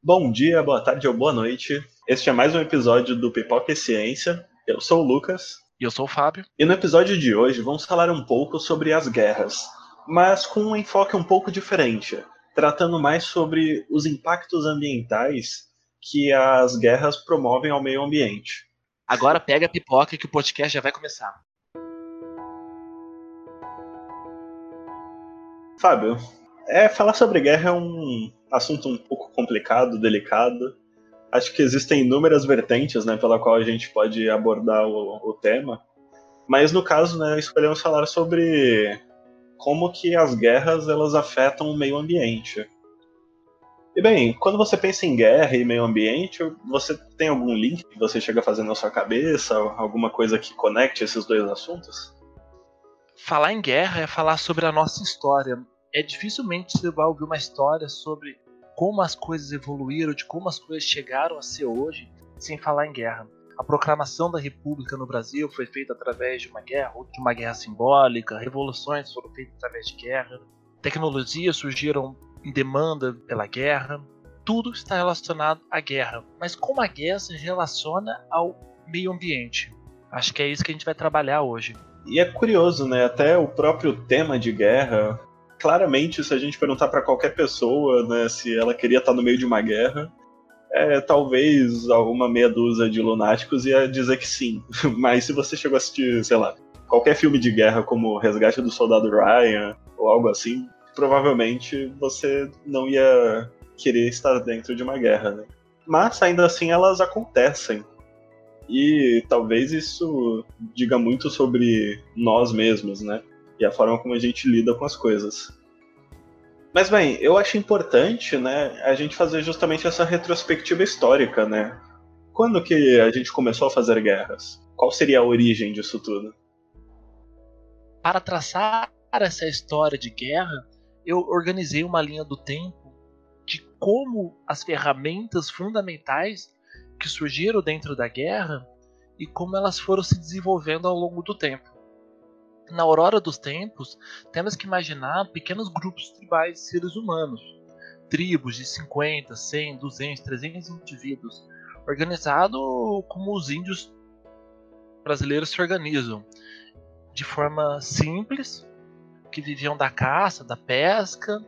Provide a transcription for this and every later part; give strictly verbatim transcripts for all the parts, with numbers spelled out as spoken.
Bom dia, boa tarde ou boa noite. Este é mais um episódio do Pipoca e Ciência. Eu sou o Lucas. E eu sou o Fábio. E no episódio de hoje vamos falar um pouco sobre as guerras, mas com um enfoque um pouco diferente, tratando mais sobre os impactos ambientais que as guerras promovem ao meio ambiente. Agora pega a pipoca que o podcast já vai começar. Fábio, é, falar sobre guerra é um assunto um pouco complicado, delicado. Acho que existem inúmeras vertentes, né, pela qual a gente pode abordar o, o tema. Mas no caso, né, escolhemos falar sobre como que as guerras elas afetam o meio ambiente. E bem, quando você pensa em guerra e meio ambiente, você tem algum link que você chega a fazer na sua cabeça, alguma coisa que conecte esses dois assuntos? Falar em guerra é falar sobre a nossa história. É dificilmente você vai ouvir uma história sobre como as coisas evoluíram, de como as coisas chegaram a ser hoje, sem falar em guerra. A proclamação da República no Brasil foi feita através de uma guerra, ou de uma guerra simbólica, revoluções foram feitas através de guerra, tecnologias surgiram em demanda pela guerra. Tudo está relacionado à guerra. Mas como a guerra se relaciona ao meio ambiente? Acho que é isso que a gente vai trabalhar hoje. E é curioso, né? Até o próprio tema de guerra, claramente, se a gente perguntar para qualquer pessoa, né, se ela queria estar no meio de uma guerra, é, talvez alguma meia dúzia de lunáticos ia dizer que sim. Mas se você chegou a assistir, sei lá, qualquer filme de guerra como Resgate do Soldado Ryan ou algo assim, provavelmente você não ia querer estar dentro de uma guerra, né? Mas ainda assim elas acontecem. E talvez isso diga muito sobre nós mesmos, né? E a forma como a gente lida com as coisas. Mas bem, eu acho importante, né, a gente fazer justamente essa retrospectiva histórica, né? Quando que a gente começou a fazer guerras? Qual seria a origem disso tudo? Para traçar essa história de guerra, eu organizei uma linha do tempo de como as ferramentas fundamentais que surgiram dentro da guerra e como elas foram se desenvolvendo ao longo do tempo. Na aurora dos tempos, temos que imaginar pequenos grupos tribais de seres humanos, tribos de cinquenta, cem, duzentos, trezentos indivíduos, organizados como os índios brasileiros se organizam, de forma simples, que viviam da caça, da pesca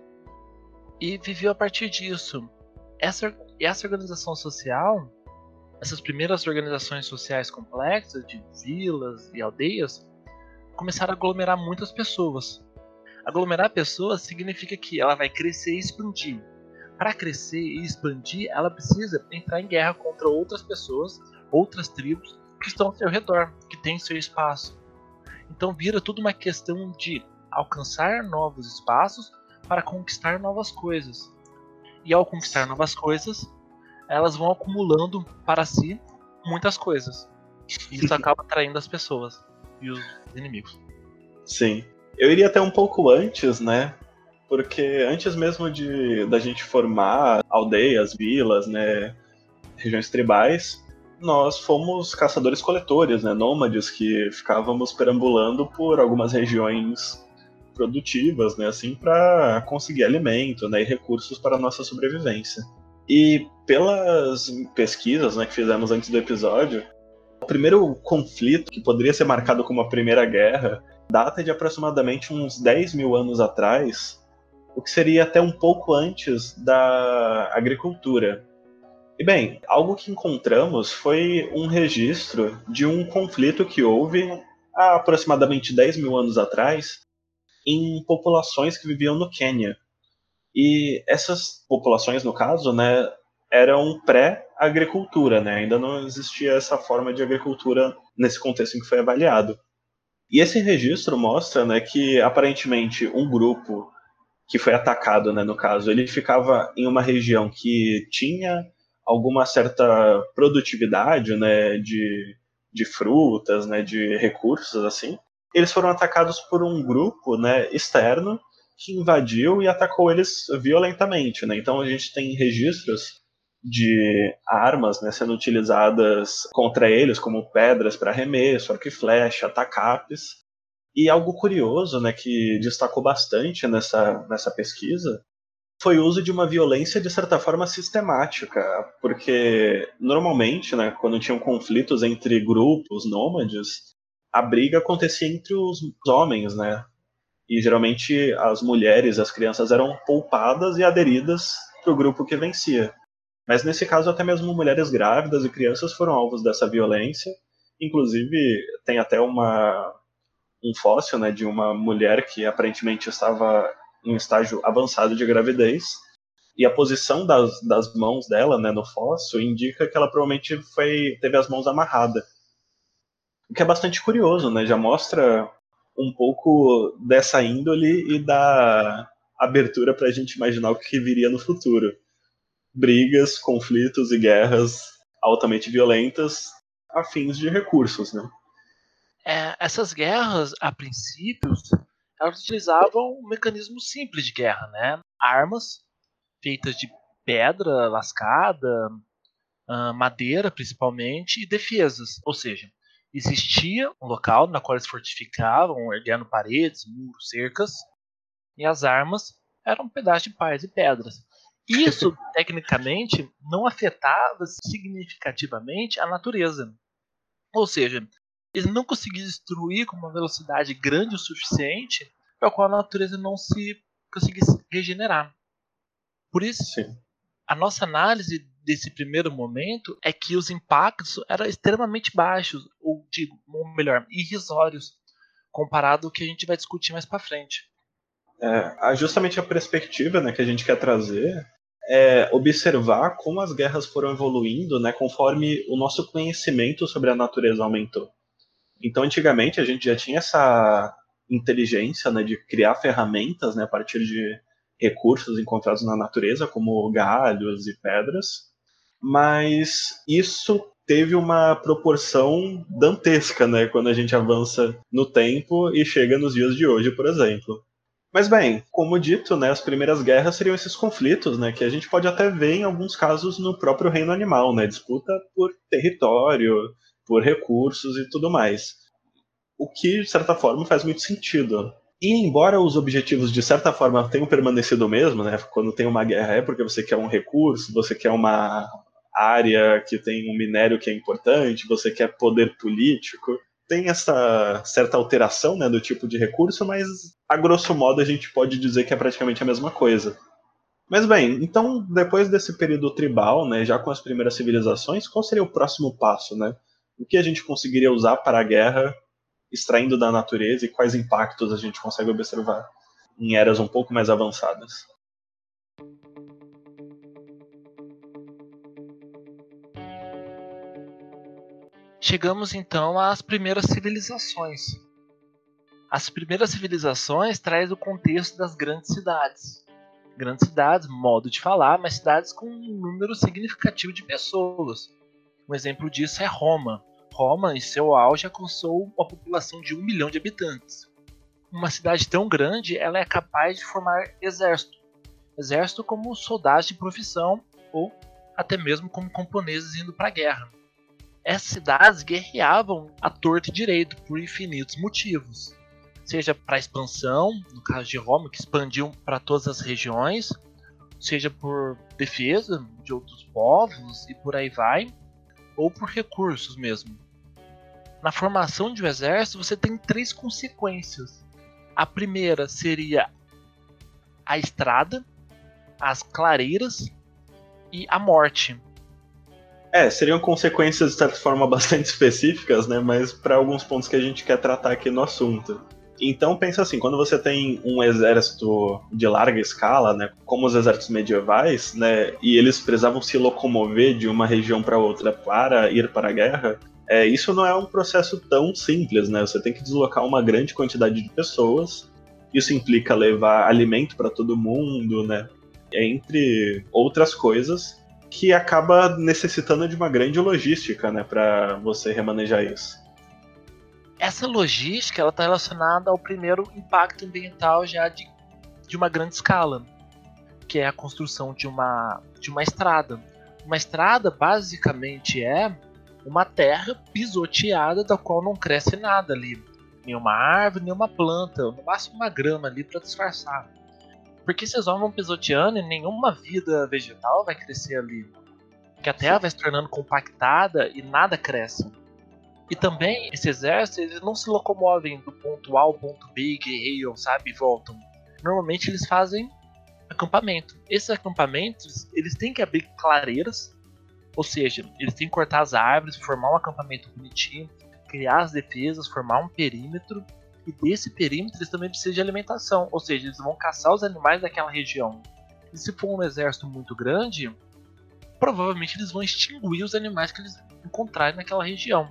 e viviam a partir disso. Essa, essa organização social, essas primeiras organizações sociais complexas de vilas e aldeias, começaram a aglomerar muitas pessoas. Aglomerar pessoas significa que ela vai crescer e expandir. Para crescer e expandir, ela precisa entrar em guerra contra outras pessoas, outras tribos que estão ao seu redor, que têm seu espaço. Então vira tudo uma questão de alcançar novos espaços para conquistar novas coisas. E ao conquistar novas coisas, elas vão acumulando para si muitas coisas. E isso acaba atraindo as pessoas e os inimigos. Sim. Eu iria até um pouco antes, né? Porque antes mesmo de da gente formar aldeias, vilas, né, regiões tribais, nós fomos caçadores-coletores, né, nômades que ficávamos perambulando por algumas regiões produtivas, né, assim, para conseguir alimento, né, e recursos para a nossa sobrevivência. E pelas pesquisas, né, que fizemos antes do episódio, o primeiro conflito que poderia ser marcado como a Primeira Guerra data de aproximadamente uns dez mil anos atrás, o que seria até um pouco antes da agricultura. E bem, algo que encontramos foi um registro de um conflito que houve há aproximadamente dez mil anos atrás em populações que viviam no Quênia. E essas populações, no caso, né, eram pré-agricultura, né? Ainda não existia essa forma de agricultura nesse contexto em que foi avaliado. E esse registro mostra, né, que aparentemente um grupo que foi atacado, né, no caso, ele ficava em uma região que tinha alguma certa produtividade, né, de, de frutas, né, de recursos, assim. Eles foram atacados por um grupo, né, externo que invadiu e atacou eles violentamente, né. Então a gente tem registros de armas, né, sendo utilizadas contra eles, como pedras para arremesso, arco e flecha, tacapes. E algo curioso, né, que destacou bastante nessa, nessa pesquisa, foi o uso de uma violência de certa forma sistemática, porque normalmente, né, quando tinham conflitos entre grupos nômades, a briga acontecia entre os homens, né? E geralmente as mulheres, as crianças eram poupadas e aderidas para o grupo que vencia. Mas nesse caso, até mesmo mulheres grávidas e crianças foram alvos dessa violência. Inclusive, tem até uma, um fóssil, né, de uma mulher que aparentemente estava em um estágio avançado de gravidez. E a posição das, das mãos dela, né, no fóssil indica que ela provavelmente foi, teve as mãos amarradas. O que é bastante curioso, né? Já mostra um pouco dessa índole e da abertura para a gente imaginar o que viria no futuro. Brigas, conflitos e guerras altamente violentas a fins de recursos, né? É, essas guerras, a princípio, elas utilizavam um mecanismo simples de guerra, né? Armas feitas de pedra lascada, ah, madeira principalmente, e defesas. Ou seja, existia um local na qual eles fortificavam, erguendo paredes, muros, cercas, e as armas eram um pedaço de pás e pedras. Isso, tecnicamente, não afetava significativamente a natureza. Ou seja, eles não conseguiam destruir com uma velocidade grande o suficiente para a qual a natureza não se conseguisse regenerar. Por isso, Sim. a nossa análise desse primeiro momento é que os impactos eram extremamente baixos, ou digo, ou melhor, irrisórios, comparado ao que a gente vai discutir mais para frente. É, justamente a perspectiva, né, que a gente quer trazer é observar como as guerras foram evoluindo, né, conforme o nosso conhecimento sobre a natureza aumentou. Então, antigamente, a gente já tinha essa inteligência, né, de criar ferramentas, né, a partir de recursos encontrados na natureza, como galhos e pedras, mas isso teve uma proporção dantesca, né, quando a gente avança no tempo e chega nos dias de hoje, por exemplo. Mas bem, como dito, né, as primeiras guerras seriam esses conflitos, né, que a gente pode até ver em alguns casos no próprio reino animal, né, disputa por território, por recursos e tudo mais. O que, de certa forma, faz muito sentido. E embora os objetivos, de certa forma, tenham permanecido o mesmo, né, quando tem uma guerra é porque você quer um recurso, você quer uma área que tem um minério que é importante, você quer poder político, tem essa certa alteração, né, do tipo de recurso, mas a grosso modo a gente pode dizer que é praticamente a mesma coisa. Mas bem, então depois desse período tribal, né, já com as primeiras civilizações, qual seria o próximo passo, né? O que a gente conseguiria usar para a guerra, extraindo da natureza e quais impactos a gente consegue observar em eras um pouco mais avançadas? Chegamos então às primeiras civilizações. As primeiras civilizações traz o contexto das grandes cidades. Grandes cidades, modo de falar, mas cidades com um número significativo de pessoas. Um exemplo disso é Roma. Roma, em seu auge, alcançou uma população de um milhão de habitantes. Uma cidade tão grande, ela é capaz de formar exército. Exército como soldados de profissão ou até mesmo como camponeses indo para a guerra. Essas cidades guerreavam à torta e direito por infinitos motivos. Seja para expansão, no caso de Roma, que expandiu para todas as regiões, seja por defesa de outros povos e por aí vai, ou por recursos mesmo. Na formação de um exército, você tem três consequências. A primeira seria a estrada, as clareiras e a morte. É, seriam consequências de certa forma bastante específicas, né? Mas para alguns pontos que a gente quer tratar aqui no assunto. Então pensa assim, quando você tem um exército de larga escala, né, como os exércitos medievais, né, e eles precisavam se locomover de uma região para outra para ir para a guerra, é, isso não é um processo tão simples, né? Você tem que deslocar uma grande quantidade de pessoas. Isso implica levar alimento para todo mundo, né? Entre outras coisas, que acaba necessitando de uma grande logística, né, para você remanejar isso. Essa logística ela está relacionada ao primeiro impacto ambiental já de, de uma grande escala, que é a construção de uma, de uma estrada. Uma estrada basicamente é uma terra pisoteada da qual não cresce nada ali. Nenhuma árvore, nenhuma planta, no máximo uma grama ali para disfarçar. Porque se eles vão pisoteando, nenhuma vida vegetal vai crescer ali. Que a terra vai se tornando compactada e nada cresce. E também, esse exército, eles não se locomovem do ponto A ao ponto B e guerreiam, sabe, e voltam. Normalmente eles fazem acampamento. Esses acampamentos, eles têm que abrir clareiras, ou seja, eles têm que cortar as árvores, formar um acampamento bonitinho, criar as defesas, formar um perímetro, e desse perímetro eles também precisam de alimentação, ou seja, eles vão caçar os animais daquela região. E se for um exército muito grande, provavelmente eles vão extinguir os animais que eles encontrarem naquela região.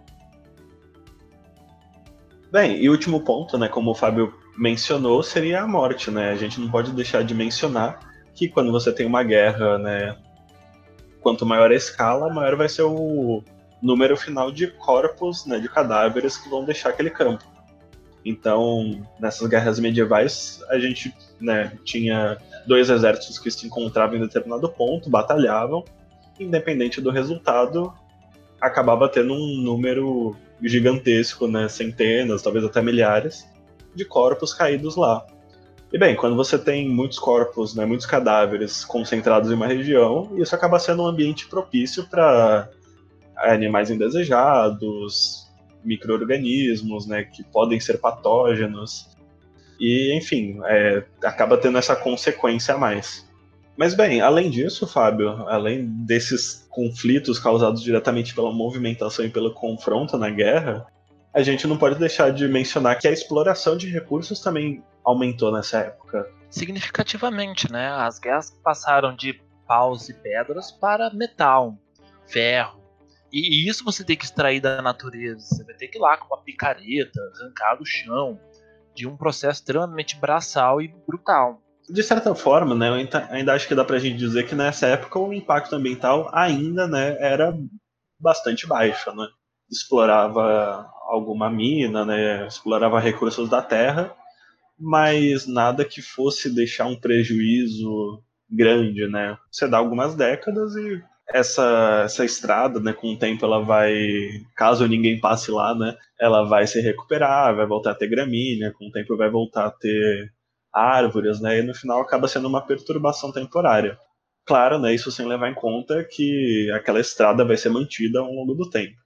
Bem, e o último ponto, né, como o Fábio mencionou, seria a morte, né? A gente não pode deixar de mencionar que quando você tem uma guerra, né, quanto maior a escala, maior vai ser o número final de corpos, né, de cadáveres que vão deixar aquele campo. Então, nessas guerras medievais, a gente, né, tinha dois exércitos que se encontravam em determinado ponto, batalhavam, independente do resultado, acabava tendo um número gigantesco, né, centenas, talvez até milhares, de corpos caídos lá. E bem, quando você tem muitos corpos, né, muitos cadáveres concentrados em uma região, isso acaba sendo um ambiente propício para animais indesejados, micro-organismos, né, que podem ser patógenos, e enfim, é, acaba tendo essa consequência a mais. Mas bem, além disso, Fábio, além desses conflitos causados diretamente pela movimentação e pelo confronto na guerra, a gente não pode deixar de mencionar que a exploração de recursos também aumentou nessa época. Significativamente, né? As guerras passaram de paus e pedras para metal, ferro. E isso você tem que extrair da natureza. Você vai ter que ir lá com uma picareta, arrancar do chão, de um processo extremamente braçal e brutal. De certa forma, né, eu ainda acho que dá pra gente dizer que nessa época o impacto ambiental ainda, né, era bastante baixo, né? Explorava alguma mina, né, explorava recursos da terra, mas nada que fosse deixar um prejuízo grande, né? Você dá algumas décadas e essa, essa estrada, né, com o tempo ela vai, caso ninguém passe lá, né, ela vai se recuperar, vai voltar a ter gramínea, com o tempo vai voltar a ter árvores, né, e no final acaba sendo uma perturbação temporária. Claro, né, isso sem levar em conta que aquela estrada vai ser mantida ao longo do tempo.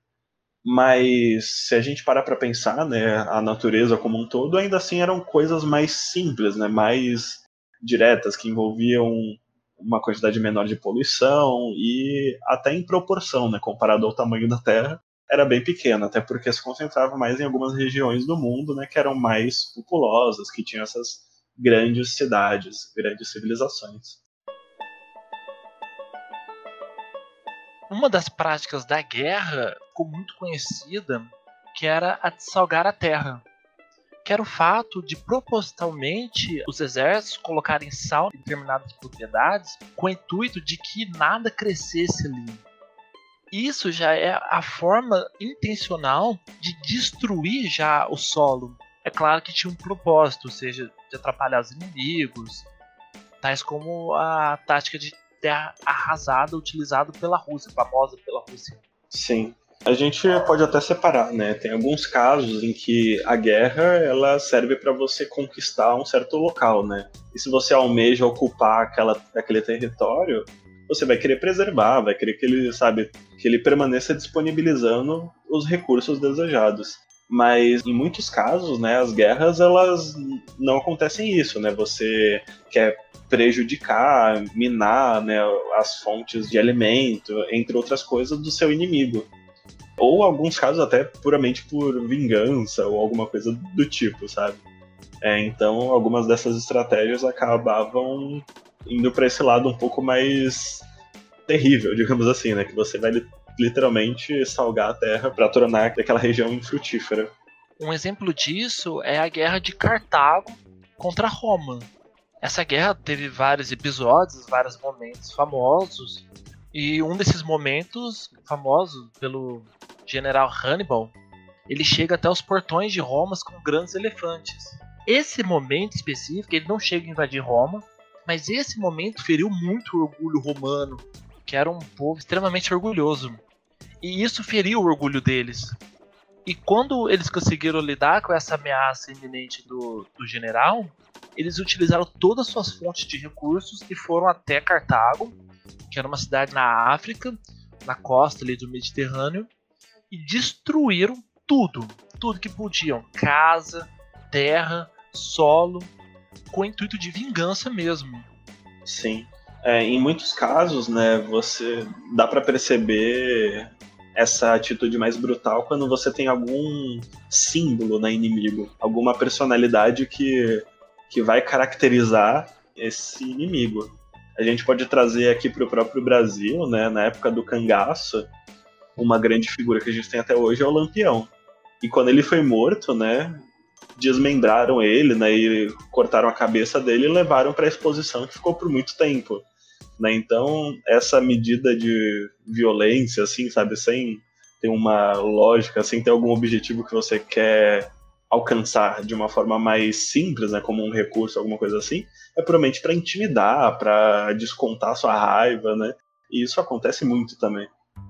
Mas se a gente parar para pensar, né, a natureza como um todo, ainda assim eram coisas mais simples, né, mais diretas, que envolviam uma quantidade menor de poluição e até em proporção, né, comparado ao tamanho da Terra, era bem pequena, até porque se concentrava mais em algumas regiões do mundo, né, que eram mais populosas, que tinham essas grandes cidades, grandes civilizações. Uma das práticas da guerra ficou muito conhecida, que era a de salgar a terra. Que era o fato de, propositalmente, os exércitos colocarem sal em determinadas propriedades com o intuito de que nada crescesse ali. Isso já é a forma intencional de destruir já o solo. É claro que tinha um propósito, ou seja, de atrapalhar os inimigos, tais como a tática de terra arrasada utilizada pela Rússia, famosa pela Rússia. Sim. A gente pode até separar, né? Tem alguns casos em que a guerra ela serve para você conquistar um certo local, né? E se você almeja ocupar aquela, aquele território, você vai querer preservar, vai querer que ele, sabe, que ele permaneça disponibilizando os recursos desejados. Mas em muitos casos, né, as guerras elas não acontecem isso, né? Você quer prejudicar, minar, né, as fontes de alimento, entre outras coisas, do seu inimigo. Ou alguns casos até puramente por vingança ou alguma coisa do tipo, sabe? É, então algumas dessas estratégias acabavam indo para esse lado um pouco mais terrível, digamos assim, né? Que você vai literalmente salgar a terra para tornar aquela região infrutífera. Um exemplo disso é a Guerra de Cartago contra Roma. Essa guerra teve vários episódios, vários momentos famosos, e um desses momentos famosos pelo general Hannibal, ele chega até os portões de Roma com grandes elefantes. Esse momento específico, ele não chega a invadir Roma, mas esse momento feriu muito o orgulho romano, que era um povo extremamente orgulhoso. E isso feriu o orgulho deles. E quando eles conseguiram lidar com essa ameaça iminente do, do general, eles utilizaram todas as suas fontes de recursos e foram até Cartago, que era uma cidade na África, na costa ali do Mediterrâneo, e destruíram tudo, tudo que podiam, casa, terra, solo, com o intuito de vingança mesmo. Sim. É, em muitos casos, né, você dá pra perceber essa atitude mais brutal quando você tem algum símbolo, né, inimigo, alguma personalidade que, que vai caracterizar esse inimigo. A gente pode trazer aqui para o próprio Brasil, né, na época do cangaço, uma grande figura que a gente tem até hoje é o Lampião. E quando ele foi morto, né, desmembraram ele, né, e cortaram a cabeça dele e levaram para a exposição que ficou por muito tempo. Né? Então, essa medida de violência, assim, sabe, sem ter uma lógica, sem ter algum objetivo que você quer alcançar de uma forma mais simples, né, como um recurso, alguma coisa assim, é puramente para intimidar, para descontar sua raiva, né? E isso acontece muito também.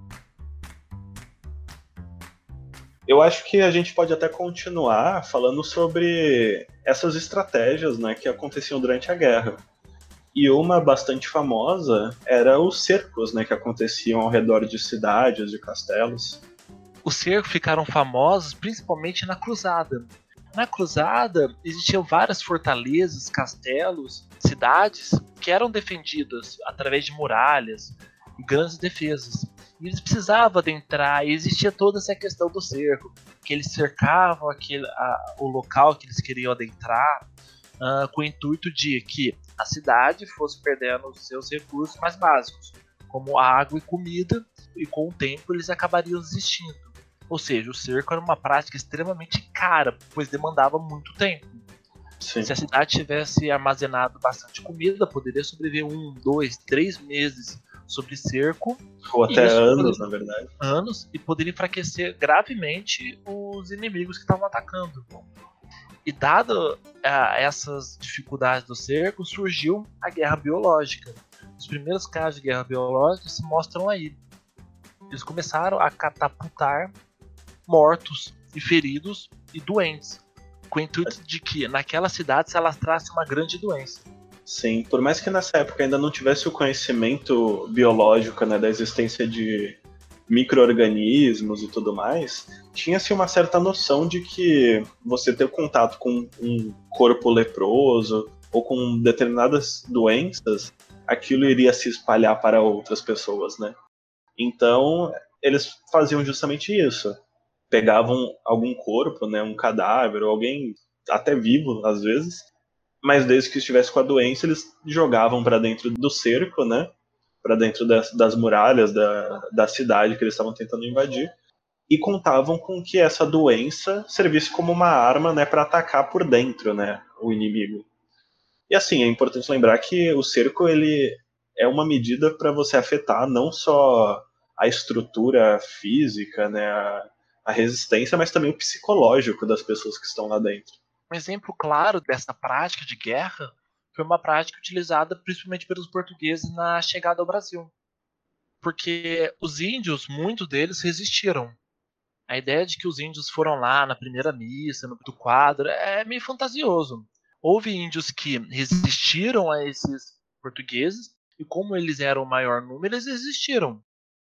Eu acho que a gente pode até continuar falando sobre essas estratégias, né, que aconteciam durante a guerra. E uma bastante famosa era os cercos, né, que aconteciam ao redor de cidades, de castelos. Os cercos ficaram famosos principalmente na Cruzada. Na Cruzada existiam várias fortalezas, castelos, cidades que eram defendidas através de muralhas e grandes defesas. E eles precisavam adentrar, e existia toda essa questão do cerco, que eles cercavam aquele, a, o local que eles queriam adentrar, uh, com o intuito de que a cidade fosse perdendo os seus recursos mais básicos, como água e comida, e com o tempo eles acabariam desistindo. Ou seja, o cerco era uma prática extremamente cara, pois demandava muito tempo. Sim. Se a cidade tivesse armazenado bastante comida, poderia sobreviver um, dois, três meses sob cerco. Ou até anos, poderia, na verdade. Anos, e poderia enfraquecer gravemente os inimigos que estavam atacando. E dado uh, essas dificuldades do cerco, surgiu a guerra biológica. Os primeiros casos de guerra biológica se mostram aí. Eles começaram a catapultar mortos e feridos e doentes, com o intuito de que naquela cidade se alastrasse uma grande doença. Sim, por mais que nessa época ainda não tivesse o conhecimento biológico, né, da existência de micro-organismos e tudo mais, tinha-se uma certa noção de que você ter contato com um corpo leproso ou com determinadas doenças, aquilo iria se espalhar para outras pessoas, né? Então, eles faziam justamente isso. Pegavam algum corpo, né, um cadáver, ou alguém até vivo, às vezes, mas desde que estivesse com a doença, eles jogavam para dentro do cerco, né, para dentro das, das muralhas da, da cidade que eles estavam tentando invadir, e contavam com que essa doença servisse como uma arma, né, para atacar por dentro, né, o inimigo. E assim, é importante lembrar que o cerco ele é uma medida para você afetar não só a estrutura física, né, a, a resistência, mas também o psicológico das pessoas que estão lá dentro. Um exemplo claro dessa prática de guerra foi uma prática utilizada principalmente pelos portugueses na chegada ao Brasil. Porque os índios, muitos deles, resistiram. A ideia de que os índios foram lá na primeira missa, no do quadro, é meio fantasioso. Houve índios que resistiram a esses portugueses, e como eles eram o maior número, eles resistiram,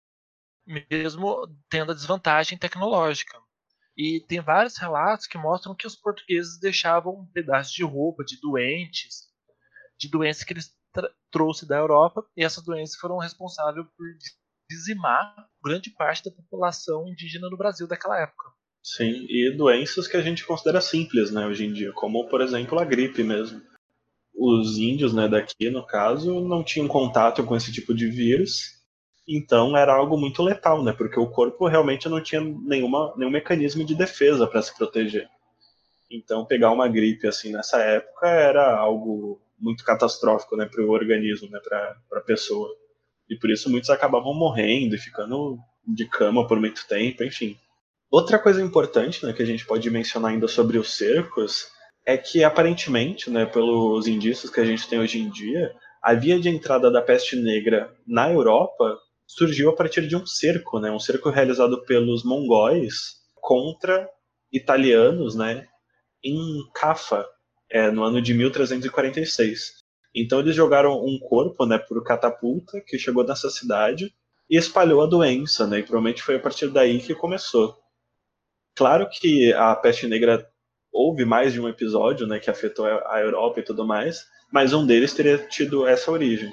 mesmo tendo a desvantagem tecnológica. E tem vários relatos que mostram que os portugueses deixavam um pedaço de roupa de doentes, de doenças que eles trouxeram da Europa, e essas doenças foram responsáveis por dizimar grande parte da população indígena no Brasil daquela época. Sim, e doenças que a gente considera simples, né, hoje em dia, como, por exemplo, a gripe mesmo. Os índios, né, daqui, no caso, não tinham contato com esse tipo de vírus, então era algo muito letal, né, porque o corpo realmente não tinha nenhuma, nenhum mecanismo de defesa para se proteger. Então, pegar uma gripe assim nessa época era algo muito catastrófico, né, para o organismo, né, para a pessoa. E por isso muitos acabavam morrendo e ficando de cama por muito tempo, enfim. Outra coisa importante, né, que a gente pode mencionar ainda sobre os cercos é que, aparentemente, né, pelos indícios que a gente tem hoje em dia, a via de entrada da peste negra na Europa surgiu a partir de um cerco, né, um cerco realizado pelos mongóis contra italianos, né, em Caffa, é, no ano de mil trezentos e quarenta e seis. Então eles jogaram um corpo, né, por catapulta que chegou nessa cidade e espalhou a doença, né, e provavelmente foi a partir daí que começou. Claro que a peste negra houve mais de um episódio, né, que afetou a Europa e tudo mais, mas um deles teria tido essa origem.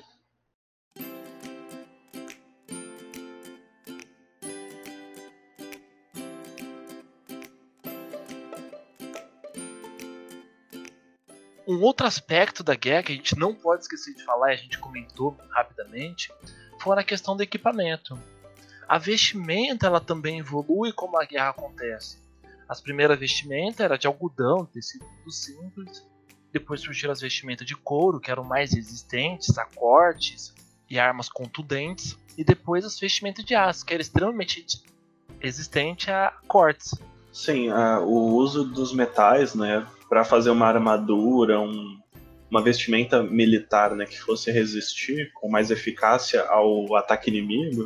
Um outro aspecto da guerra que a gente não pode esquecer de falar, e a gente comentou rapidamente, foi na questão do equipamento. A vestimenta ela também evolui como a guerra acontece. As primeiras vestimentas eram de algodão, tecido simples. Depois surgiram as vestimentas de couro, que eram mais resistentes a cortes e armas contundentes. E depois as vestimentas de aço, que era extremamente resistente a cortes. Sim, a, o uso dos metais, né, para fazer uma armadura, um, uma vestimenta militar, né, que fosse resistir com mais eficácia ao ataque inimigo,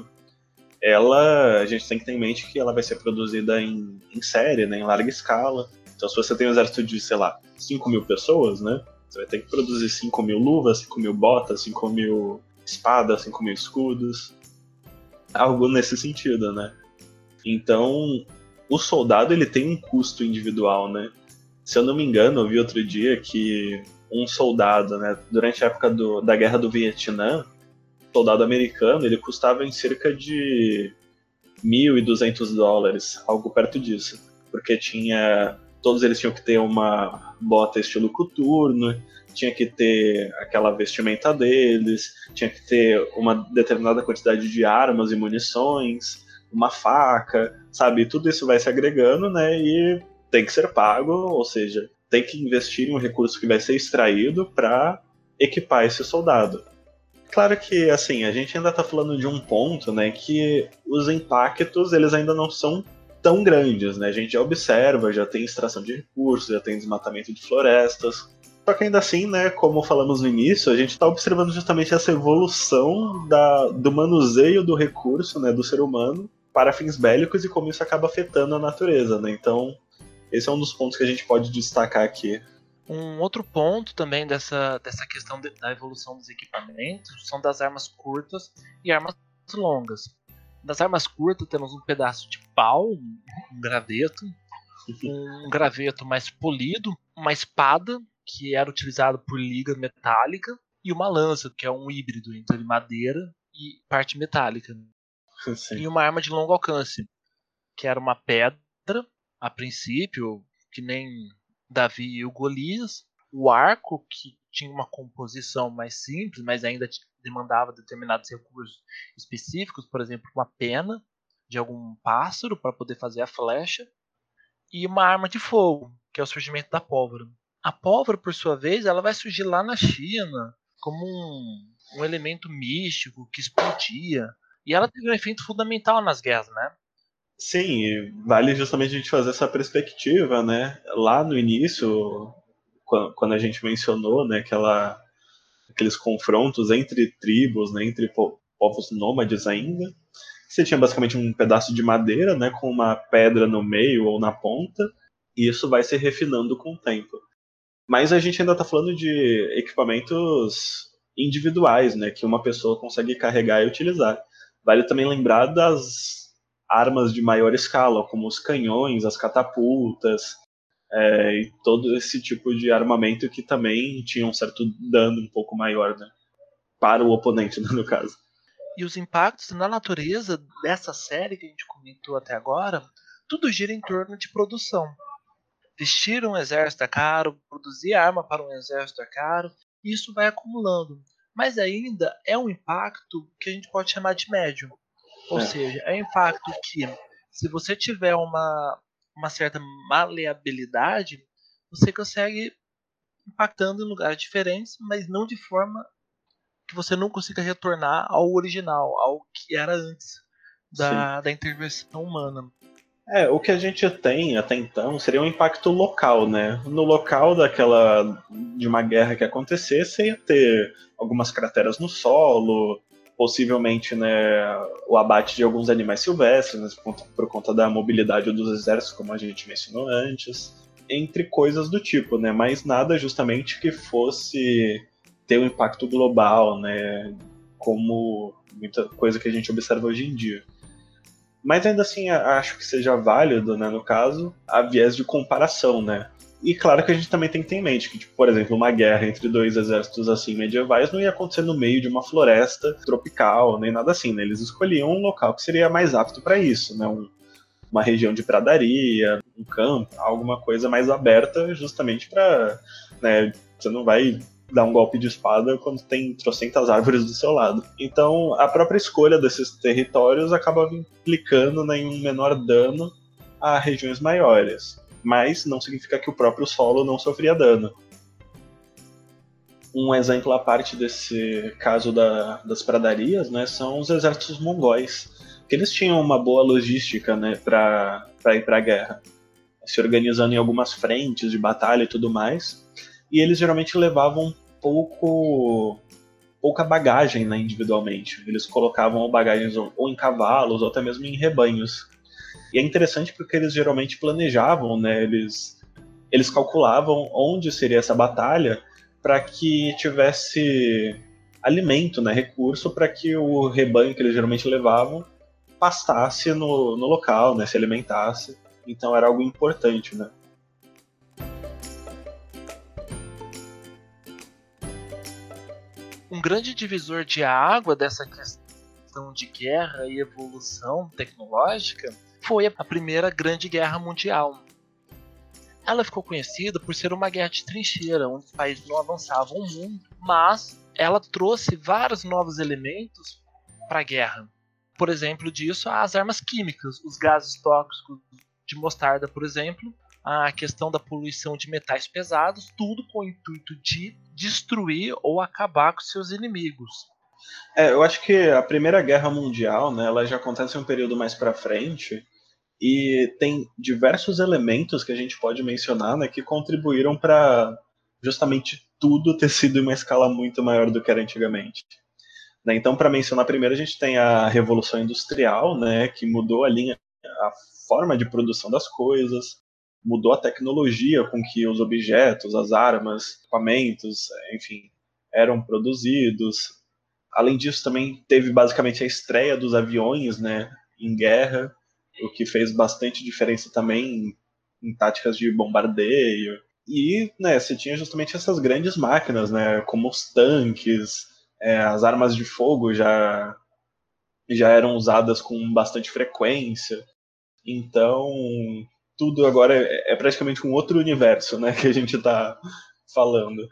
ela, a gente tem que ter em mente que ela vai ser produzida em, em série, né, em larga escala. Então, se você tem um exército de, sei lá, cinco mil pessoas, né, você vai ter que produzir cinco mil luvas, cinco mil botas, cinco mil espadas, cinco mil escudos. Algo nesse sentido, né? Então, o soldado ele tem um custo individual, né? Se eu não me engano, eu vi outro dia que um soldado, né, durante a época do, da Guerra do Vietnã, soldado americano, ele custava em cerca de mil e duzentos dólares, algo perto disso. Porque tinha... Todos eles tinham que ter uma bota estilo coturno, tinha que ter aquela vestimenta deles, tinha que ter uma determinada quantidade de armas e munições, uma faca, sabe? Tudo isso vai se agregando, né? E tem que ser pago, ou seja, tem que investir em um recurso que vai ser extraído para equipar esse soldado. Claro que, assim, a gente ainda está falando de um ponto, né, que os impactos, eles ainda não são tão grandes, né? A gente já observa, já tem extração de recursos, já tem desmatamento de florestas. Só que ainda assim, né, como falamos no início, a gente está observando justamente essa evolução da, do manuseio do recurso, né, do ser humano para fins bélicos e como isso acaba afetando a natureza, né? Então, esse é um dos pontos que a gente pode destacar aqui. Um outro ponto também dessa, dessa questão de, da evolução dos equipamentos são das armas curtas e armas longas. Das armas curtas temos um pedaço de pau, um graveto, um graveto mais polido, uma espada, que era utilizada por liga metálica, e uma lança, que é um híbrido entre madeira e parte metálica. Sim. E uma arma de longo alcance, que era uma pedra, a princípio, que nem Davi e o Golias, o arco, que tinha uma composição mais simples, mas ainda demandava determinados recursos específicos, por exemplo, uma pena de algum pássaro para poder fazer a flecha, e uma arma de fogo, que é o surgimento da pólvora. A pólvora, por sua vez, ela vai surgir lá na China como um, um elemento místico que explodia, e ela teve um efeito fundamental nas guerras, né? Sim, e vale justamente a gente fazer essa perspectiva, né? Lá no início, quando a gente mencionou, né, aquela, aqueles confrontos entre tribos, né, entre povos nômades ainda, você tinha basicamente um pedaço de madeira, né, com uma pedra no meio ou na ponta, e isso vai se refinando com o tempo. Mas a gente ainda está falando de equipamentos individuais, né, que uma pessoa consegue carregar e utilizar. Vale também lembrar das armas de maior escala, como os canhões, as catapultas, é, e todo esse tipo de armamento que também tinha um certo dano um pouco maior, né, para o oponente, né, no caso. E os impactos na natureza dessa série que a gente comentou até agora, tudo gira em torno de produção. Vestir um exército é caro, produzir arma para um exército é caro, e isso vai acumulando. Mas ainda é um impacto que a gente pode chamar de médio. Ou É. seja, é um impacto que, se você tiver uma, uma certa maleabilidade, você consegue impactando em lugares diferentes, mas não de forma que você não consiga retornar ao original, ao que era antes da, da intervenção humana. É, o que a gente tem até então seria um impacto local, né? No local daquela de uma guerra que acontecesse, ia ter algumas crateras no solo, possivelmente, né, o abate de alguns animais silvestres, né, por, conta, por conta da mobilidade dos exércitos, como a gente mencionou antes, entre coisas do tipo, né, mas nada justamente que fosse ter um impacto global, né, como muita coisa que a gente observa hoje em dia. Mas ainda assim, acho que seja válido, né, no caso, a viés de comparação, né? E claro que a gente também tem que ter em mente que, tipo, por exemplo, uma guerra entre dois exércitos assim medievais não ia acontecer no meio de uma floresta tropical, nem nada assim, né? Eles escolhiam um local que seria mais apto para isso, né? Um, uma região de pradaria, um campo, alguma coisa mais aberta, justamente para, né, você não vai dar um golpe de espada quando tem trocentas árvores do seu lado. Então, a própria escolha desses territórios acaba implicando, né, em um menor dano a regiões maiores. Mas não significa que o próprio solo não sofria dano. Um exemplo à parte desse caso da, das pradarias, né, são os exércitos mongóis, que eles tinham uma boa logística, né, para ir para a guerra, se organizando em algumas frentes de batalha e tudo mais, e eles geralmente levavam pouco pouca bagagem, né, individualmente. Eles colocavam bagagens ou em cavalos ou até mesmo em rebanhos. E é interessante porque eles geralmente planejavam, né, eles, eles calculavam onde seria essa batalha para que tivesse alimento, né, recurso para que o rebanho que eles geralmente levavam pastasse no, no local, né, se alimentasse. Então era algo importante, né. Um grande divisor de água dessa questão de guerra e evolução tecnológica foi a Primeira Grande Guerra Mundial. Ela ficou conhecida por ser uma guerra de trincheira, onde os países não avançavam muito, mas ela trouxe vários novos elementos para a guerra. Por exemplo disso, as armas químicas, os gases tóxicos de mostarda, por exemplo, a questão da poluição de metais pesados, tudo com o intuito de destruir ou acabar com seus inimigos. É, eu acho que a Primeira Guerra Mundial, né, ela já acontece em um período mais para frente e tem diversos elementos que a gente pode mencionar, né, que contribuíram para justamente tudo ter sido em uma escala muito maior do que era antigamente. Né, então, para mencionar primeiro, a gente tem a Revolução Industrial, né, que mudou a linha, a forma de produção das coisas, mudou a tecnologia com que os objetos, as armas, equipamentos, enfim, eram produzidos. Além disso, também teve basicamente a estreia dos aviões, né, em guerra, o que fez bastante diferença também em, em táticas de bombardeio. E, né, você tinha justamente essas grandes máquinas, né, como os tanques, é, as armas de fogo já, já eram usadas com bastante frequência. Então, tudo agora é, é praticamente um outro universo, né, que a gente está falando.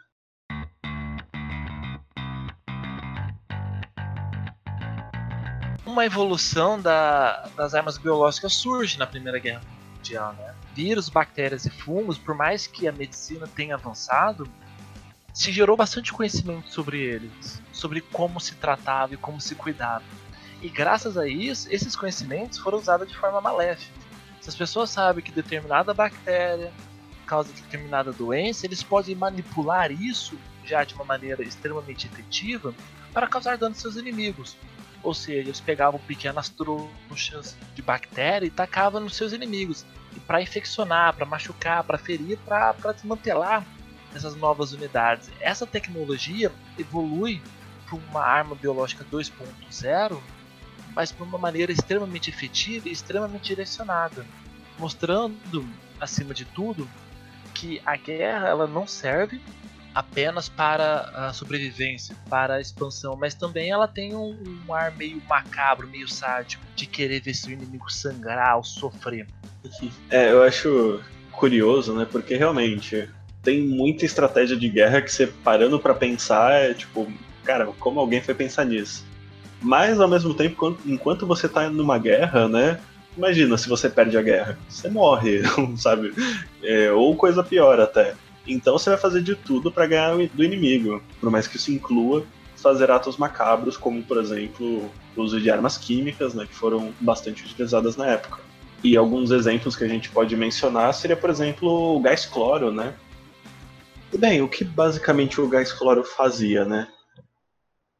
Uma evolução da, das armas biológicas surge na Primeira Guerra Mundial, né? Vírus, bactérias e fungos, por mais que a medicina tenha avançado, se gerou bastante conhecimento sobre eles, sobre como se tratava e como se cuidava. E graças a isso, esses conhecimentos foram usados de forma maléfica. Se as pessoas sabem que determinada bactéria causa determinada doença, eles podem manipular isso já de uma maneira extremamente efetiva para causar dano aos seus inimigos. Ou seja, eles pegavam pequenas trouxas de bactéria e tacavam nos seus inimigos. E para infeccionar, para machucar, para ferir, para desmantelar essas novas unidades. Essa tecnologia evolui para uma arma biológica dois ponto zero, mas por uma maneira extremamente efetiva e extremamente direcionada, mostrando, acima de tudo, que a guerra ela não serve apenas para a sobrevivência, para a expansão, mas também ela tem um, um ar meio macabro, meio sádico, de querer ver seu inimigo sangrar ou sofrer. É, eu acho curioso, né, porque realmente tem muita estratégia de guerra que você parando pra pensar é tipo, cara, como alguém foi pensar nisso? Mas ao mesmo tempo, enquanto você tá numa guerra, né, imagina se você perde a guerra, você morre, sabe? É, ou coisa pior até. Então você vai fazer de tudo para ganhar do inimigo, por mais que isso inclua fazer atos macabros, como por exemplo o uso de armas químicas, né, que foram bastante utilizadas na época. E alguns exemplos que a gente pode mencionar seria, por exemplo, o gás cloro, né? E bem, o que basicamente o gás cloro fazia, né?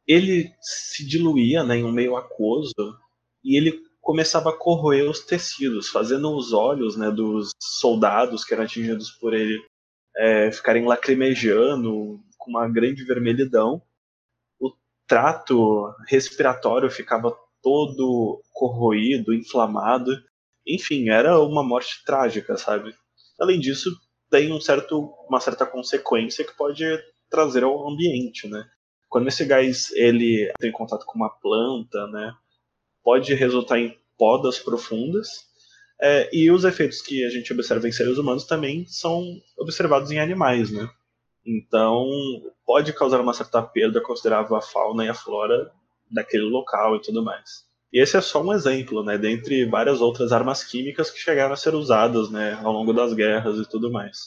ele se diluía, né, em um meio aquoso e ele começava a corroer os tecidos, fazendo os olhos, né, dos soldados que eram atingidos por ele é, ficarem lacrimejando com uma grande vermelhidão. O trato respiratório ficava todo corroído, inflamado. Enfim, era uma morte trágica, sabe? Além disso, tem um certo, uma certa consequência que pode trazer ao ambiente, né? Quando esse gás ele tem contato com uma planta, né, pode resultar em podas profundas. É, e os efeitos que a gente observa em seres humanos também são observados em animais, né? Então, pode causar uma certa perda considerável à fauna e à flora daquele local e tudo mais. E esse é só um exemplo, né, dentre várias outras armas químicas que chegaram a ser usadas, né, ao longo das guerras e tudo mais.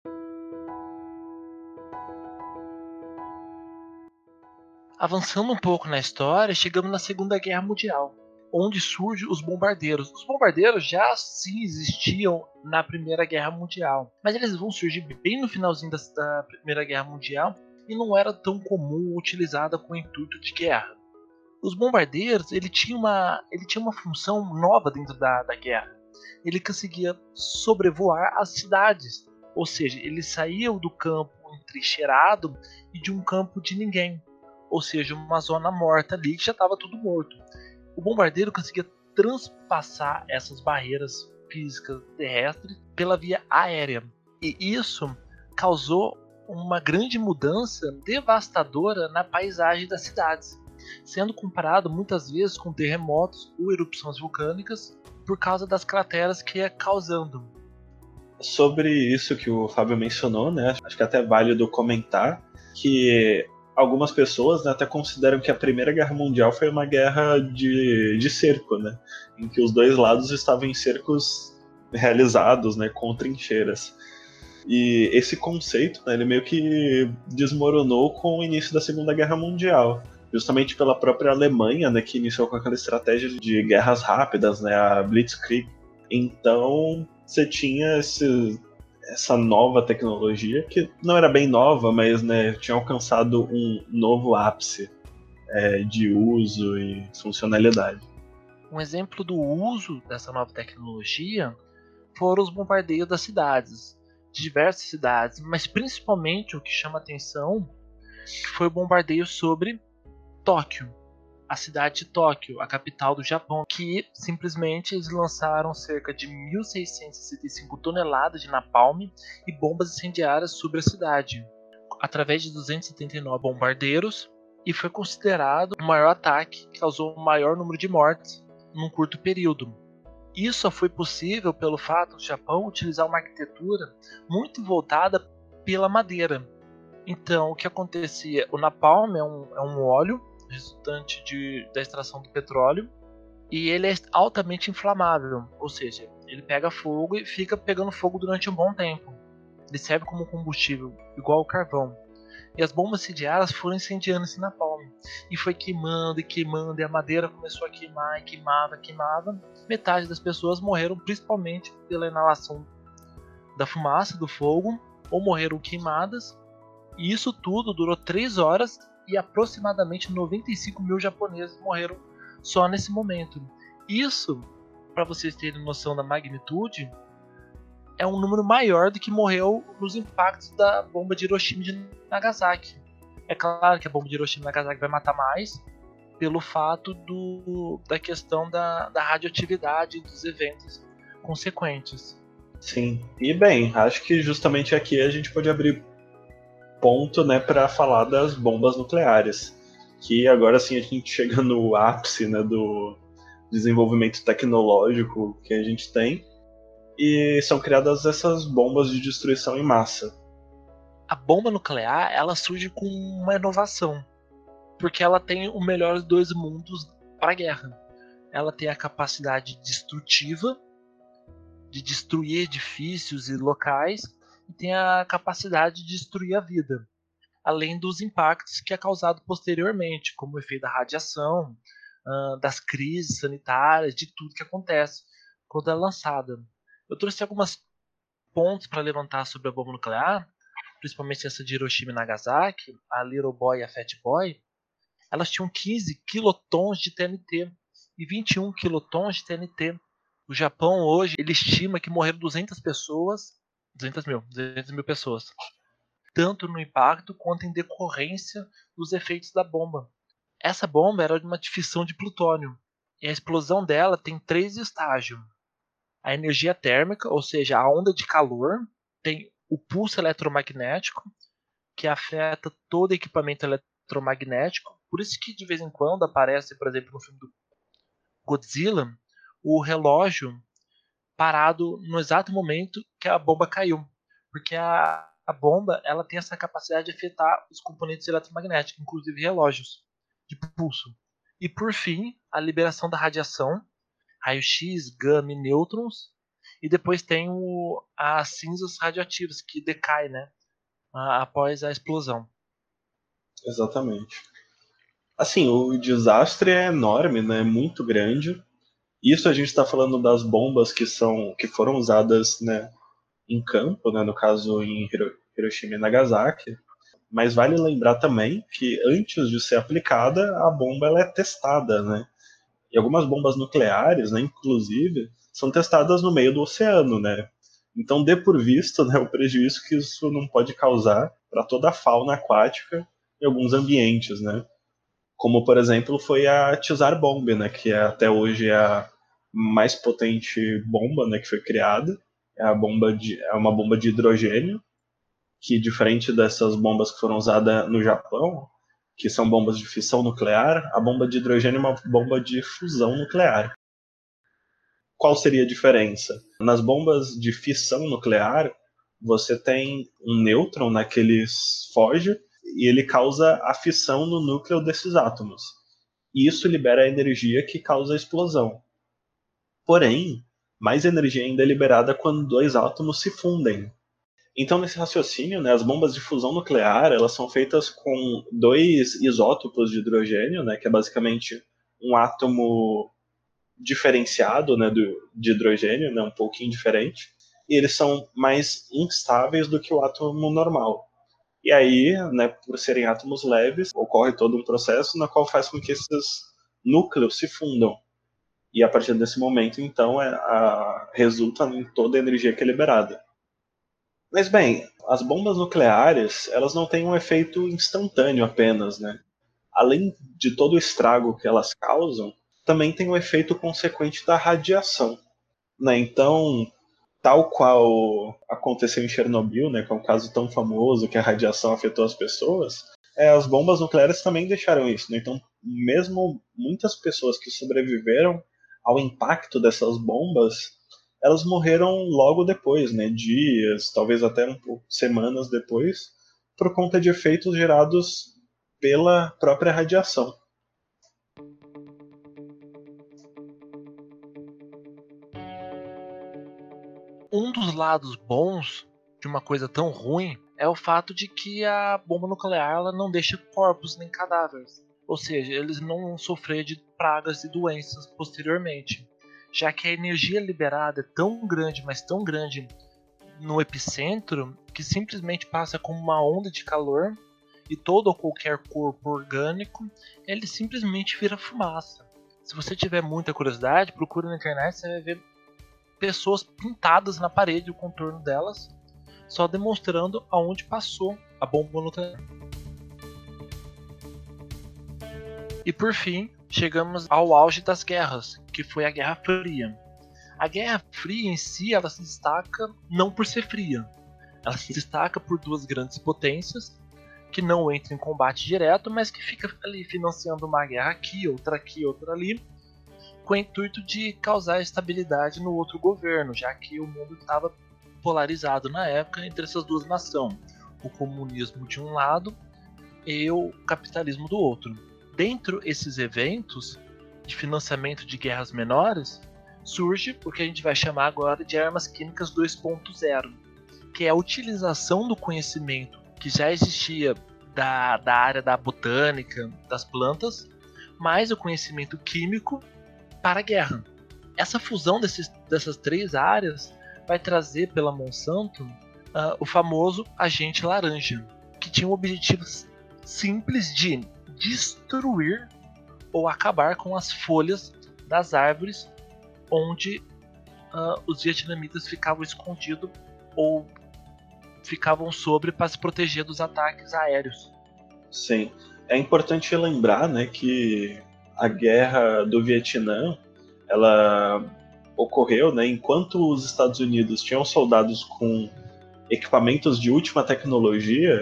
Avançando um pouco na história, chegamos na Segunda Guerra Mundial, onde surgem os bombardeiros. Os bombardeiros já sim existiam na Primeira Guerra Mundial, mas eles vão surgir bem no finalzinho da, da Primeira Guerra Mundial e não era tão comum utilizada com o intuito de guerra. Os bombardeiros ele tinha uma, ele tinha uma função nova dentro da, da guerra. Ele conseguia sobrevoar as cidades, ou seja, ele saía do campo entrincheirado e de um campo de ninguém, ou seja, uma zona morta ali que já estava tudo morto. O bombardeiro conseguia transpassar essas barreiras físicas terrestres pela via aérea, e isso causou uma grande mudança devastadora na paisagem das cidades, sendo comparado muitas vezes com terremotos ou erupções vulcânicas por causa das crateras que ia causando. Sobre isso que o Fábio mencionou, né, acho que é até válido comentar que algumas pessoas, né, até consideram que a Primeira Guerra Mundial foi uma guerra de, de cerco, né, em que os dois lados estavam em cercos realizados, né, com trincheiras. E esse conceito, né, ele meio que desmoronou com o início da Segunda Guerra Mundial, justamente pela própria Alemanha, né, que iniciou com aquela estratégia de guerras rápidas, né, a Blitzkrieg. Então, você tinha esse, essa nova tecnologia, que não era bem nova, mas, né, tinha alcançado um novo ápice é, de uso e funcionalidade. Um exemplo do uso dessa nova tecnologia foram os bombardeios das cidades, de diversas cidades, mas principalmente o que chama atenção foi o bombardeio sobre Tóquio, a cidade de Tóquio, a capital do Japão, que simplesmente eles lançaram cerca de mil seiscentas e sessenta e cinco toneladas de napalm e bombas incendiárias sobre a cidade, através de duzentos e setenta e nove bombardeiros, e foi considerado o maior ataque que causou o maior número de mortes num curto período. Isso só foi possível pelo fato do Japão utilizar uma arquitetura muito voltada pela madeira. Então, o que acontecia? O napalm é um, é um óleo resultante de, da extração do petróleo e ele é altamente inflamável, ou seja, ele pega fogo e fica pegando fogo durante um bom tempo. Ele serve como combustível, igual o carvão. E as bombas incendiárias foram incendiando esse napalm. E foi queimando e queimando, e a madeira começou a queimar, e queimava, queimava. Metade das pessoas morreram principalmente pela inalação da fumaça do fogo, ou morreram queimadas. E isso tudo durou três horas e aproximadamente noventa e cinco mil japoneses morreram só nesse momento. Isso, para vocês terem noção da magnitude, é um número maior do que morreu nos impactos da bomba de Hiroshima e de Nagasaki. É claro que a bomba de Hiroshima e Nagasaki vai matar mais pelo fato do, da questão da, da radioatividade dos eventos consequentes. Sim, e bem, acho que justamente aqui a gente pode abrir ponto, né, para falar das bombas nucleares, que agora sim a gente chega no ápice, né, do desenvolvimento tecnológico que a gente tem, e são criadas essas bombas de destruição em massa. A bomba nuclear ela surge com uma inovação, porque ela tem o melhor dos dois mundos para a guerra. Ela tem a capacidade destrutiva de destruir edifícios e locais e tem a capacidade de destruir a vida, além dos impactos que é causado posteriormente, como o efeito da radiação, das crises sanitárias, de tudo que acontece quando é lançada. Eu trouxe alguns pontos para levantar sobre a bomba nuclear, principalmente essa de Hiroshima e Nagasaki, a Little Boy e a Fat Boy. elas tinham quinze quilotons de T N T e vinte e um quilotons de T N T. O Japão hoje, ele estima que morreram duzentas pessoas, duzentas mil, duzentas mil pessoas, tanto no impacto quanto em decorrência dos efeitos da bomba. Essa bomba era de uma fissão de plutônio, e a explosão dela tem três estágios. A energia térmica, ou seja, a onda de calor, tem o pulso eletromagnético, que afeta todo equipamento eletromagnético. Por isso que de vez em quando aparece, por exemplo, no filme do Godzilla, o relógio parado no exato momento que a bomba caiu. Porque a, a bomba ela tem essa capacidade de afetar os componentes eletromagnéticos, inclusive relógios de pulso. E por fim, a liberação da radiação, raio-x, gama e nêutrons. E depois tem o, as cinzas radioativas que decaem, né, após a explosão. Exatamente. Assim, o desastre é enorme, né? Muito grande. Isso a gente está falando das bombas que são que foram usadas, né, em campo, né, no caso em Hiroshima e Nagasaki. Mas vale lembrar também que antes de ser aplicada, a bomba ela é testada, né? E algumas bombas nucleares, né, inclusive, são testadas no meio do oceano, né? Então dê por visto, né, o prejuízo que isso não pode causar para toda a fauna aquática em alguns ambientes, né? Como, por exemplo, foi a Tsar Bomb, né, que é, até hoje é a mais potente bomba, né, que foi criada. É, a bomba de, é uma bomba de hidrogênio, que diferente dessas bombas que foram usadas no Japão, que são bombas de fissão nuclear, a bomba de hidrogênio é uma bomba de fusão nuclear. Qual seria a diferença? Nas bombas de fissão nuclear, você tem um nêutron, né, que ele foge e ele causa a fissão no núcleo desses átomos. E isso libera a energia que causa a explosão. Porém, mais energia ainda é liberada quando dois átomos se fundem. Então, nesse raciocínio, né, as bombas de fusão nuclear elas são feitas com dois isótopos de hidrogênio, né, que é basicamente um átomo diferenciado, né, do, de hidrogênio, né, um pouquinho diferente, e eles são mais instáveis do que o átomo normal. E aí, né, por serem átomos leves, ocorre todo um processo na qual faz com que esses núcleos se fundam. E a partir desse momento, então, é, a, resulta em toda a energia que é liberada. Mas bem, as bombas nucleares, elas não têm um efeito instantâneo apenas, né? Além de todo o estrago que elas causam, também tem um efeito consequente da radiação, né? Então, tal qual aconteceu em Chernobyl, né, que é um caso tão famoso que a radiação afetou as pessoas, é, as bombas nucleares também deixaram isso, né? Então, mesmo muitas pessoas que sobreviveram ao impacto dessas bombas, elas morreram logo depois, né? Dias, talvez até um pouco, semanas depois, por conta de efeitos gerados pela própria radiação. Um dos lados bons de uma coisa tão ruim é o fato de que a bomba nuclear ela não deixa corpos nem cadáveres. Ou seja, eles não vão sofrer de pragas e doenças posteriormente. Já que a energia liberada é tão grande, mas tão grande no epicentro, que simplesmente passa como uma onda de calor e todo ou qualquer corpo orgânico, ele simplesmente vira fumaça. Se você tiver muita curiosidade, procure na internet, você vai ver pessoas pintadas na parede, o contorno delas, só demonstrando aonde passou a bomba nuclear. E por fim, chegamos ao auge das guerras, que foi a Guerra Fria. A Guerra Fria em si, ela se destaca não por ser fria, ela se destaca por duas grandes potências que não entram em combate direto, mas que fica ali financiando uma guerra aqui, outra aqui, outra ali, com o intuito de causar estabilidade no outro governo, já que o mundo estava polarizado na época entre essas duas nações, o comunismo de um lado e o capitalismo do outro. Dentro desses eventos de financiamento de guerras menores, surge o que a gente vai chamar agora de armas químicas dois ponto zero, que é a utilização do conhecimento que já existia da, da área da botânica, das plantas, mais o conhecimento químico para a guerra. Essa fusão desses, dessas três áreas vai trazer pela Monsanto uh, o famoso agente laranja, que tinha um objetivo simples de destruir ou acabar com as folhas das árvores onde uh, os vietnamitas ficavam escondidos ou ficavam sobre para se proteger dos ataques aéreos. Sim. É importante lembrar, né, que a guerra do Vietnã, ela ocorreu, né, enquanto os Estados Unidos tinham soldados com equipamentos de última tecnologia,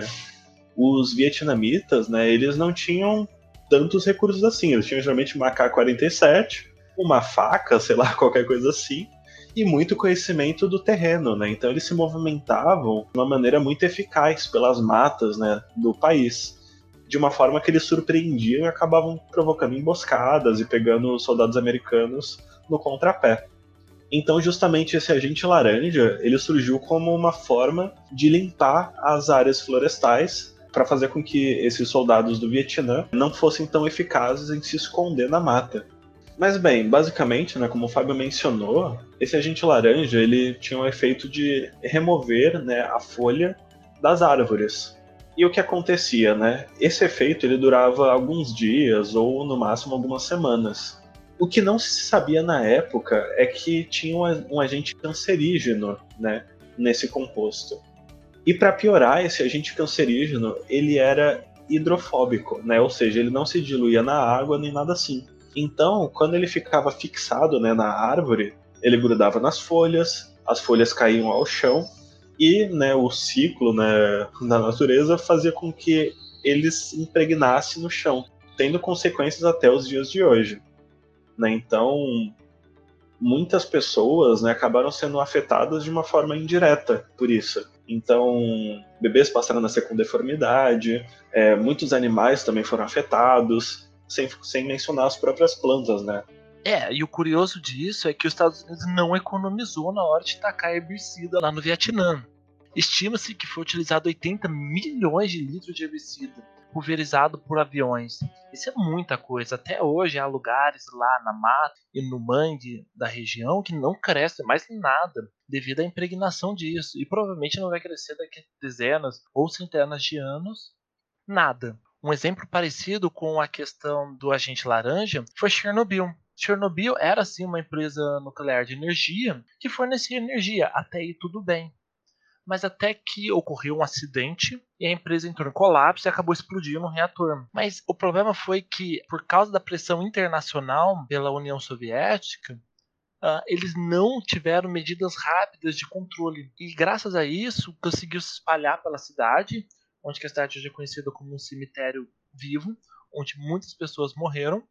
os vietnamitas, né, eles não tinham tantos recursos assim. Eles tinham geralmente uma A K quarenta e sete, uma faca, sei lá, qualquer coisa assim, e muito conhecimento do terreno, né? Então eles se movimentavam de uma maneira muito eficaz pelas matas, né, do país, de uma forma que eles surpreendiam e acabavam provocando emboscadas e pegando os soldados americanos no contrapé. Então, justamente esse agente laranja, ele surgiu como uma forma de limpar as áreas florestais para fazer com que esses soldados do Vietnã não fossem tão eficazes em se esconder na mata. Mas bem, basicamente, né, como o Fábio mencionou, esse agente laranja ele tinha o efeito de remover, né, a folha das árvores. E o que acontecia, né? Esse efeito ele durava alguns dias ou no máximo algumas semanas. O que não se sabia na época é que tinha um agente cancerígeno, né, nesse composto. E para piorar, esse agente cancerígeno ele era hidrofóbico, né? Ou seja, ele não se diluía na água nem nada assim. Então, quando ele ficava fixado, né, na árvore, ele grudava nas folhas, as folhas caíam ao chão e, né, o ciclo, né, da natureza fazia com que ele se impregnasse no chão, tendo consequências até os dias de hoje. Né? Então, muitas pessoas, né, acabaram sendo afetadas de uma forma indireta por isso. Então, bebês passaram a nascer com deformidade, é, muitos animais também foram afetados, sem, sem mencionar as próprias plantas, né? É, e o curioso disso é que os Estados Unidos não economizou na hora de tacar herbicida lá no Vietnã. Estima-se que foi utilizado oitenta milhões de litros de herbicida pulverizado por aviões. Isso é muita coisa. Até hoje há lugares lá na mata e no mangue da região que não cresce mais nada devido à impregnação disso. E provavelmente não vai crescer daqui a dezenas ou centenas de anos nada. Um exemplo parecido com a questão do agente laranja foi Chernobyl. Chernobyl era sim uma empresa nuclear de energia que fornecia energia, até aí tudo bem. Mas até que ocorreu um acidente e a empresa entrou em colapso e acabou explodindo um reator. Mas o problema foi que, por causa da pressão internacional pela União Soviética, uh, eles não tiveram medidas rápidas de controle. E graças a isso, conseguiu se espalhar pela cidade, onde a cidade hoje é conhecida como um cemitério vivo, onde muitas pessoas morreram.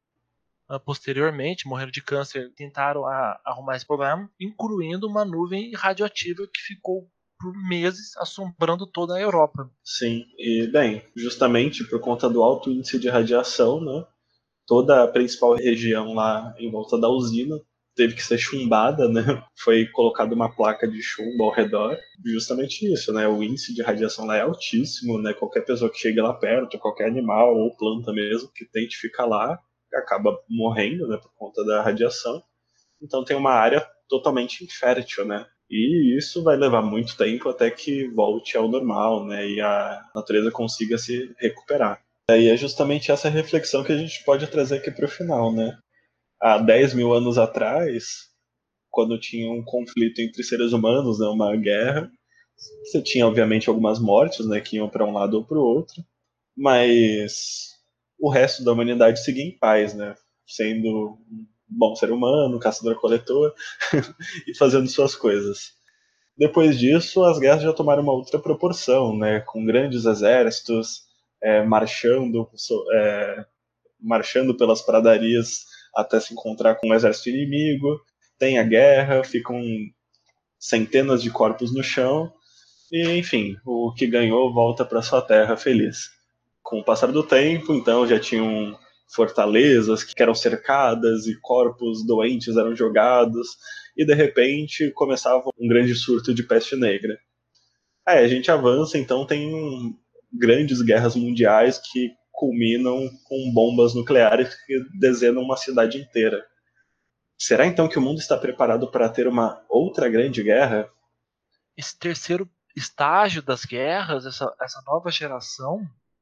Uh, posteriormente, morreram de câncer, tentaram a, arrumar esse problema, incluindo uma nuvem radioativa que ficou por meses assombrando toda a Europa. Sim, e bem, justamente por conta do alto índice de radiação, né, toda a principal região lá em volta da usina teve que ser chumbada, né? Foi colocada uma placa de chumbo ao redor, justamente isso, né? O índice de radiação lá é altíssimo, né? Qualquer pessoa que chegue lá perto, qualquer animal ou planta mesmo que tente ficar lá, acaba morrendo, né? Por conta da radiação. Então tem uma área totalmente infértil, né? E isso vai levar muito tempo até que volte ao normal, né? E a natureza consiga se recuperar. E é justamente essa reflexão que a gente pode trazer aqui para o final, né? Há dez mil anos atrás, quando tinha um conflito entre seres humanos, né, uma guerra, você tinha, obviamente, algumas mortes, né, que iam para um lado ou para o outro, mas o resto da humanidade seguia em paz, né? Sendo um bom ser humano, caçador-coletor e fazendo suas coisas. Depois disso, as guerras já tomaram uma outra proporção, né? Com grandes exércitos é, marchando, é, marchando pelas pradarias até se encontrar com um exército inimigo. Tem a guerra, ficam centenas de corpos no chão e, enfim, o que ganhou volta para sua terra feliz. Com o passar do tempo, então, já tinham fortalezas que eram cercadas e corpos doentes eram jogados e, de repente, começava um grande surto de peste negra. Aí a gente avança, então tem grandes guerras mundiais que culminam com bombas nucleares que desenham uma cidade inteira. Será então que o mundo está preparado para ter uma outra grande guerra? Esse terceiro estágio das guerras, essa, essa nova geração,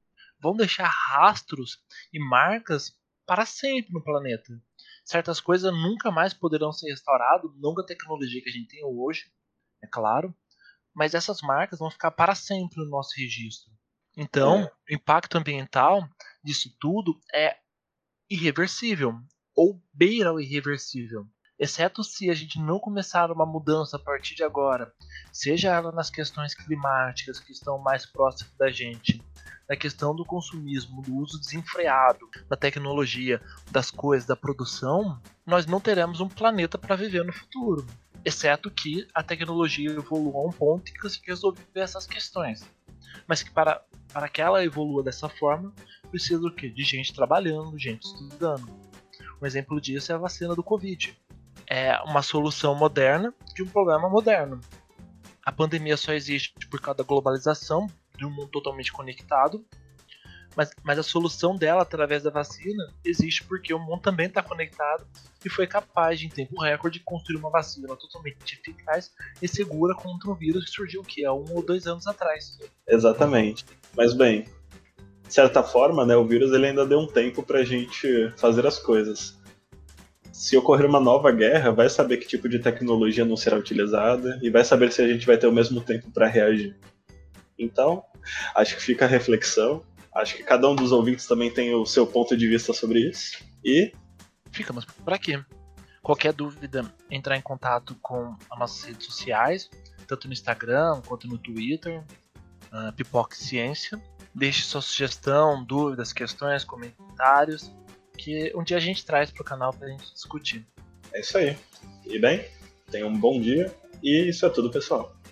vão deixar rastros e marcas para sempre no planeta. Certas coisas nunca mais poderão ser restauradas, não com a tecnologia que a gente tem hoje, é claro, mas essas marcas vão ficar para sempre no nosso registro. Então, É. o impacto ambiental disso tudo é irreversível, ou beira o irreversível. Exceto se a gente não começar uma mudança a partir de agora, seja ela nas questões climáticas que estão mais próximas da gente, na questão do consumismo, do uso desenfreado da tecnologia, das coisas, da produção, nós não teremos um planeta para viver no futuro. Exceto que a tecnologia evolua a um ponto que consiga resolver essas questões. Mas que para, para que ela evolua dessa forma, precisa do quê? De gente trabalhando, gente estudando. Um exemplo disso é a vacina do Covid. É uma solução moderna de um problema moderno. A pandemia só existe por causa da globalização, de um mundo totalmente conectado, mas, mas a solução dela através da vacina existe porque o mundo também está conectado e foi capaz de, em tempo recorde, construir uma vacina totalmente eficaz e segura contra um vírus que surgiu o quê? Há um ou dois anos atrás. Exatamente. Mas bem, de certa forma, né, o vírus ele ainda deu um tempo pra gente fazer as coisas. Se ocorrer uma nova guerra, vai saber que tipo de tecnologia não será utilizada e vai saber se a gente vai ter o mesmo tempo para reagir. Então, acho que fica a reflexão. Acho que cada um dos ouvintes também tem o seu ponto de vista sobre isso. E ficamos por aqui. Qualquer dúvida, entrar em contato com as nossas redes sociais, tanto no Instagram quanto no Twitter, uh, Pipoca Ciência. Deixe sua sugestão, dúvidas, questões, comentários, que um dia a gente traz para o canal para a gente discutir. É isso aí. E bem, tenham um bom dia e isso é tudo, pessoal.